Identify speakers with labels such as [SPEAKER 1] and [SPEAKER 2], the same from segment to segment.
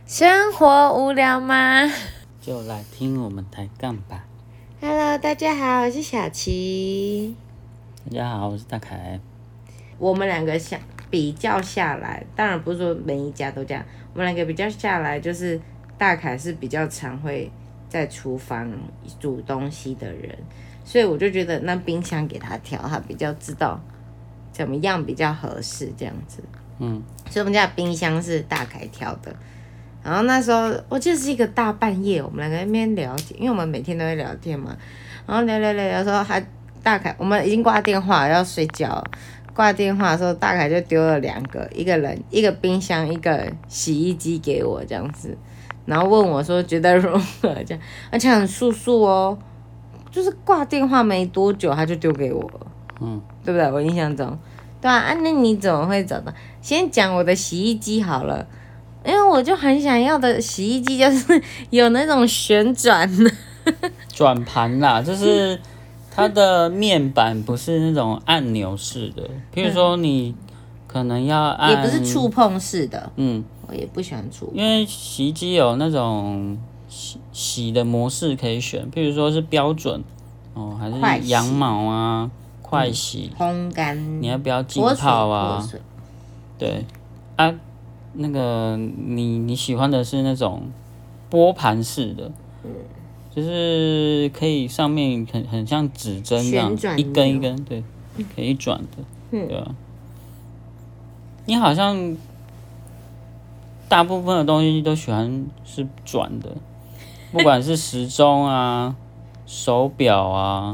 [SPEAKER 1] 生活无聊吗
[SPEAKER 2] 就来听我们抬杠吧。
[SPEAKER 1] ？Hello， 大家好，我是小琪。
[SPEAKER 2] 大家好，我是大凯。
[SPEAKER 1] 我们两个比较下来，当然不是说每一家都这样，我们两个比较下来，就是大凯是比较常会在厨房煮东西的人，所以我就觉得那冰箱给他挑，他比较知道怎么样比较合适这样子。所以我们家的冰箱是大凯挑的。然后那时候我记得是一个大半夜，我们两个在那边聊天，因为我们每天都会聊天嘛。然后聊的时候，大凯我们已经挂电话要睡觉，挂电话的时候，大凯就丢了两个，一个冰箱，一个洗衣机给我这样子，然后问我说觉得如何这样，而且很速速哦，就是挂电话没多久他就丢给我了，对不对？我印象中，对啊，那你怎么会找到？先讲我的洗衣机好了。因为我就很想要的洗衣机就是有那种旋转的
[SPEAKER 2] 转盘啦，就是它的面板不是那种按钮式的，譬如说你可能要按，
[SPEAKER 1] 也不是触碰式的，我也不喜欢触碰，
[SPEAKER 2] 因为洗衣机有那种洗的模式可以选，譬如说是标准还是羊毛啊、快洗、
[SPEAKER 1] 烘干，
[SPEAKER 2] 你要不要浸泡啊？对啊。那个你喜欢的是那种拨盘式的，就是可以上面很像指针这样，一根一根，对，可以转的，对吧？你好像大部分的东西都喜欢是转的，不管是时钟啊、手表啊，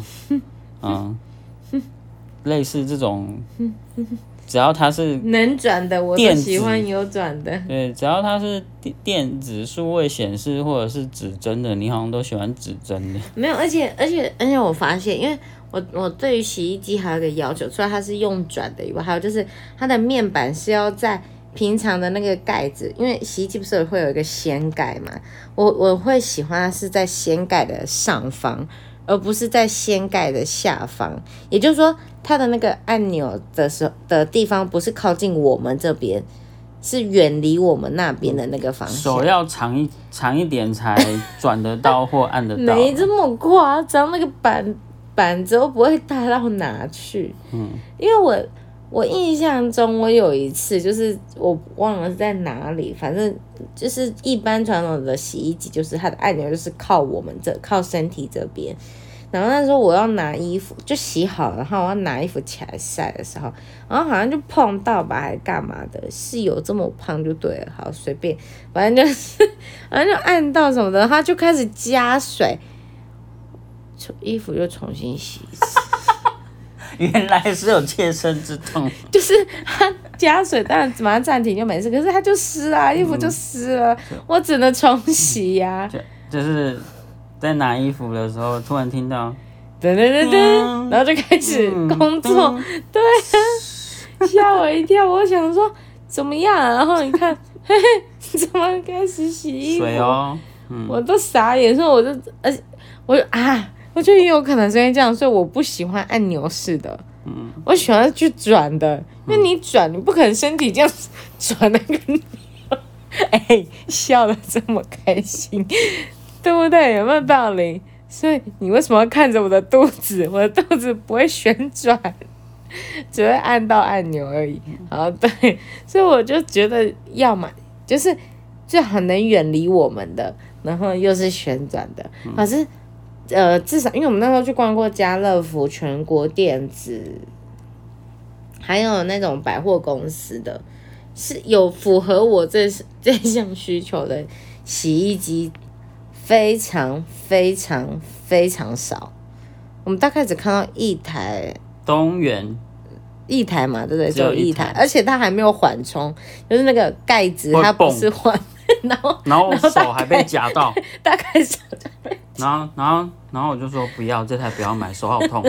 [SPEAKER 2] 类似这种。只要它是
[SPEAKER 1] 能转的，我都喜欢有转的。
[SPEAKER 2] 对，只要它是电子数位显示或者是指针的，你好像都喜欢指针的。
[SPEAKER 1] 没有，而且我发现，因为我对于洗衣机还有一个要求，除了它是用转的以外，还有就是它的面板是要在平常的那个盖子，因为洗衣机不是会有一个掀盖嘛，我会喜欢它是在掀盖的上方。而不是在掀盖的下方，也就是说，它的那个按钮的地方不是靠近我们这边，是远离我们那边的那个方向。
[SPEAKER 2] 手要长一点才转得到或按得到。
[SPEAKER 1] 没这么夸张，那个板子都不会大到哪去。因为我印象中，我有一次就是我忘了是在哪里，反正就是一般传统的洗衣机，就是它的按钮就是靠身体这边。然后那时候我要拿衣服就洗好了，然后我要拿衣服起来晒的时候，然后好像就碰到吧，还干嘛的？是有这么胖就对了，好随便，反正就按到什么的，它就开始加水，衣服就重新洗一次。
[SPEAKER 2] 原来是有切身之痛，
[SPEAKER 1] 就是它加水，当然马上暂停就没事，可是它就湿啊，衣服就湿了，我只能重洗呀。
[SPEAKER 2] 就是在拿衣服的时候，突然听到
[SPEAKER 1] 噔，然后就开始工作，对啊，吓我一跳，我想说怎么样啊？然后你看，嘿嘿，怎么开始洗衣服？
[SPEAKER 2] 水哦，
[SPEAKER 1] 我都傻眼，所以我觉得也有可能是因为这样，所以我不喜欢按钮式的，我喜欢去转的，因为你转，你不可能身体这样转那个钮，笑得这么开心，对不对？有没有道理？所以你为什么要看着我的肚子？我的肚子不会旋转，只会按到按钮而已。好，对，所以我就觉得要嘛，就是最好能远离我们的，然后又是旋转的，可是。至少因为我们那时候去逛过家乐福、全国电子，还有那种百货公司的，是有符合我这项需求的洗衣机，非常非常非常少。我们大概只看到一台，
[SPEAKER 2] 东元
[SPEAKER 1] 一台嘛，对不对？
[SPEAKER 2] 只有一
[SPEAKER 1] 台，而且它还没有缓冲，就是那个盖子它不是缓。然后
[SPEAKER 2] 我手还被夹到，
[SPEAKER 1] 大概手就被
[SPEAKER 2] 然后我就说不要，这台不要买，手好痛，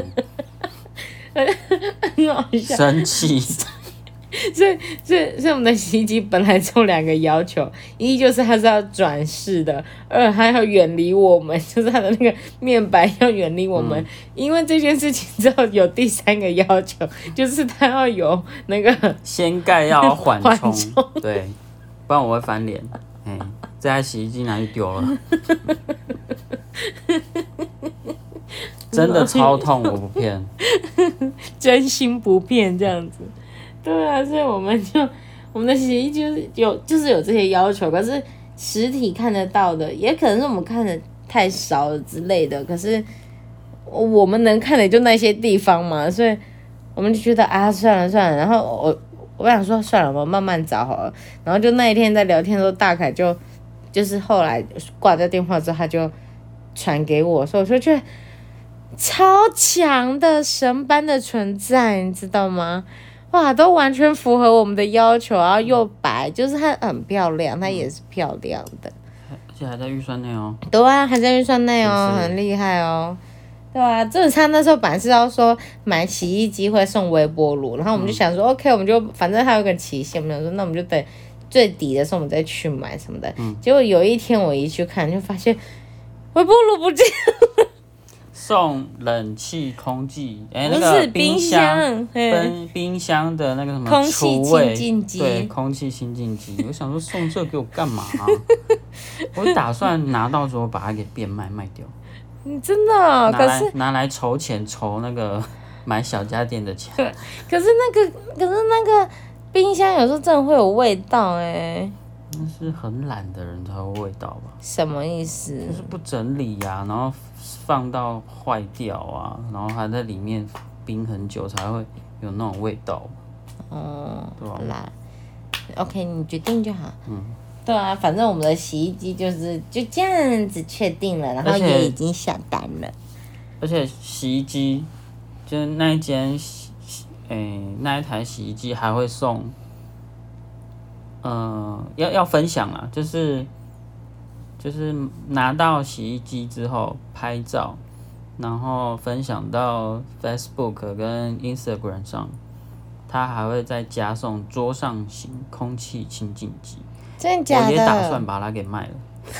[SPEAKER 1] 很好笑，
[SPEAKER 2] 生气。
[SPEAKER 1] 所以我们的洗衣机本来就两个要求，一就是它是要转式的，二它要远离我们，就是它的那个面板要远离我们。因为这件事情之后有第三个要求，就是它要有那个
[SPEAKER 2] 掀盖要缓冲，对，不然我会翻脸。 这台洗衣机拿去丢了，真的超痛，我不骗，
[SPEAKER 1] 真心不骗这样子。对啊，所以我们的洗衣机就是有这些要求，可是实体看得到的，也可能是我们看的太少了之类的，可是我们能看的就那些地方嘛，所以我们就觉得啊，算了，然后我想说算了，我慢慢找好了。然后就那一天在聊天的时候，大凯就是后来挂掉电话之后，他就传给我，所以我就觉得超强的神般的存在，你知道吗？哇，都完全符合我们的要求，然后又白，就是它很漂亮，它也是漂亮的，
[SPEAKER 2] 而且还在预算内哦。
[SPEAKER 1] 对啊，还在预算内哦，
[SPEAKER 2] 是
[SPEAKER 1] 很厉害哦。对啊，就是他那时候本来是要说买洗衣机会送微波炉，然后我们就想说、OK，我们就反正还有个期限，我们想说那我们就等最底的时候我们再去买什么的。结果有一天我一去看，就发现微波炉不见了，
[SPEAKER 2] 送冷气、空气，那
[SPEAKER 1] 不
[SPEAKER 2] 个
[SPEAKER 1] 是冰
[SPEAKER 2] 箱，冰箱的那个什么
[SPEAKER 1] 空气
[SPEAKER 2] 除味
[SPEAKER 1] 清净机，
[SPEAKER 2] 对，空气清净机。我想说送这给我干嘛、我打算拿到之后把它给变卖掉。
[SPEAKER 1] 真的、哦，可是
[SPEAKER 2] 拿来筹钱，筹那个买小家电的钱。
[SPEAKER 1] 可是那个冰箱有时候真的会有味道哎。
[SPEAKER 2] 那是很懒的人才会味道吧？
[SPEAKER 1] 什么意思？
[SPEAKER 2] 就是不整理呀、然后放到坏掉啊，然后还在里面冰很久才会有那种味道。
[SPEAKER 1] 哦，
[SPEAKER 2] 对吧？
[SPEAKER 1] 好啦 ，OK， 你决定就好。对啊，反正我们的洗衣机就这样子确定了，然后也已经下单了。
[SPEAKER 2] 而且洗衣机就是那一间那一台洗衣机还会送，要分享啦，就是拿到洗衣机之后拍照，然后分享到 Facebook 跟 Instagram 上，它还会再加送桌上型空气清净机。
[SPEAKER 1] 真的假的？
[SPEAKER 2] 我也打算把它给卖了。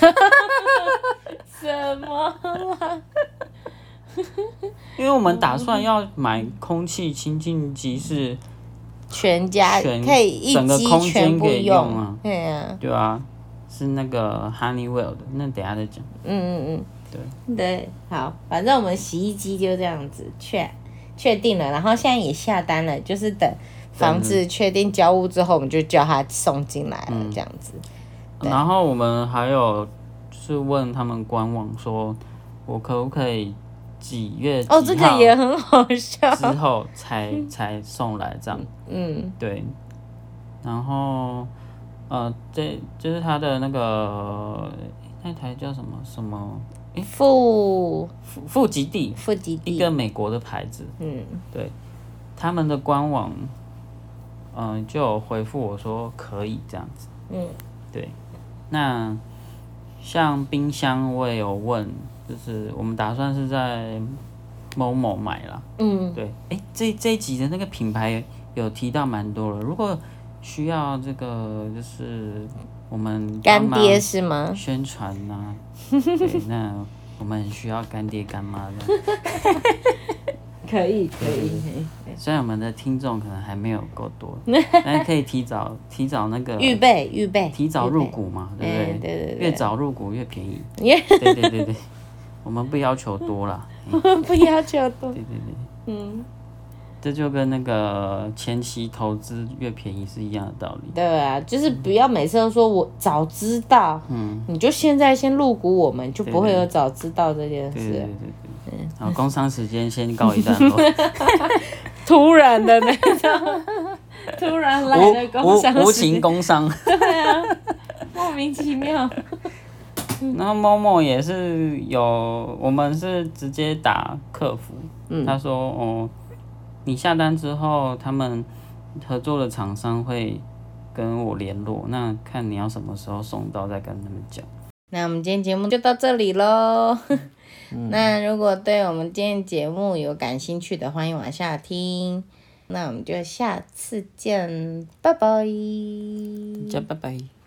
[SPEAKER 1] 什么啦？
[SPEAKER 2] 因为我们打算要买空气清净机是
[SPEAKER 1] 全家可以一机全部用
[SPEAKER 2] 啊，
[SPEAKER 1] 对啊，
[SPEAKER 2] 对啊，是那个 Honeywell 的，那等一下再讲。
[SPEAKER 1] 对，好，反正我们洗衣机就这样子确定了，然后现在也下单了，就是等房子确定交屋之后，我们就叫他送进来了，这样子。
[SPEAKER 2] 然后我们还有就是问他们官网说，我可不可以几月几号
[SPEAKER 1] 这个也很好笑。
[SPEAKER 2] 之后才送来这样。对。然后这就是他的那个那台叫什么？富吉地，一个美国的牌子。对，他们的官网就有回复我说可以这样子。对。那像冰箱我也有问，就是我们打算是在某某买啦。对。这一集的那个品牌有提到蛮多了，如果需要这个就是我们
[SPEAKER 1] 干爹是吗？
[SPEAKER 2] 宣传啊，对，那我们很需要干爹干妈的。
[SPEAKER 1] 可以。
[SPEAKER 2] 虽然我们的听众可能还没有够多，但可以提早那个
[SPEAKER 1] 预备，
[SPEAKER 2] 提早入股嘛，对不对？
[SPEAKER 1] 对，
[SPEAKER 2] 越早入股越便宜。对，我们不要求多啦。
[SPEAKER 1] 我们不要求多。
[SPEAKER 2] 对。这就跟那个前期投资越便宜是一样的道理。
[SPEAKER 1] 对啊，就是不要每次都说我早知道，你就现在先入股我们，就不会有早知道这件事。
[SPEAKER 2] 对。好，工商时间先告一段落。
[SPEAKER 1] 突然的那种，突然来的工商
[SPEAKER 2] 无情工商。
[SPEAKER 1] 对啊，莫名其妙。
[SPEAKER 2] 然后Momo也是有，我们是直接打客服，他说你下单之后，他们合作的厂商会跟我联络，那看你要什么时候送到，再跟他们讲。
[SPEAKER 1] 那我们今天节目就到这里咯。那如果对我们今天节目有感兴趣的，欢迎往下听。那我们就下次见，拜拜。
[SPEAKER 2] 大家拜拜。